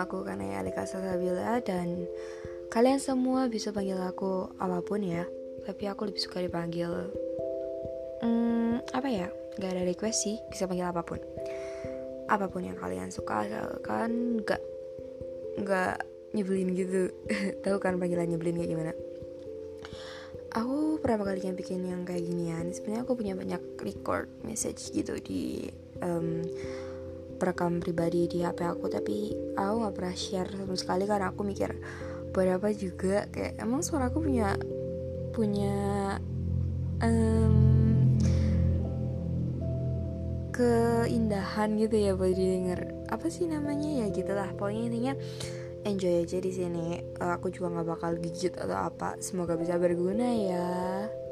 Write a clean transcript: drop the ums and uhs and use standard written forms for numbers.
Nama aku Kanaya Alika Salsabila. Dan kalian semua bisa panggil aku apapun ya, tapi aku lebih suka dipanggil apa ya, gak ada request sih, bisa panggil apapun. Apapun yang kalian suka, asalkan gak nyebelin gitu. Tahu kan panggilan nyebelin kayak gimana? Aku pertama kali bikin yang kayak ginian, sebenarnya aku punya banyak record message gitu di perekam pribadi di HP aku, tapi aku nggak pernah share sama sekali karena aku mikir buat apa juga, kayak emang suara aku punya keindahan gitu ya buat didengar, apa sih namanya ya gitulah, pokoknya intinya enjoy aja di sini. Aku juga nggak bakal gigit atau apa, semoga bisa berguna ya.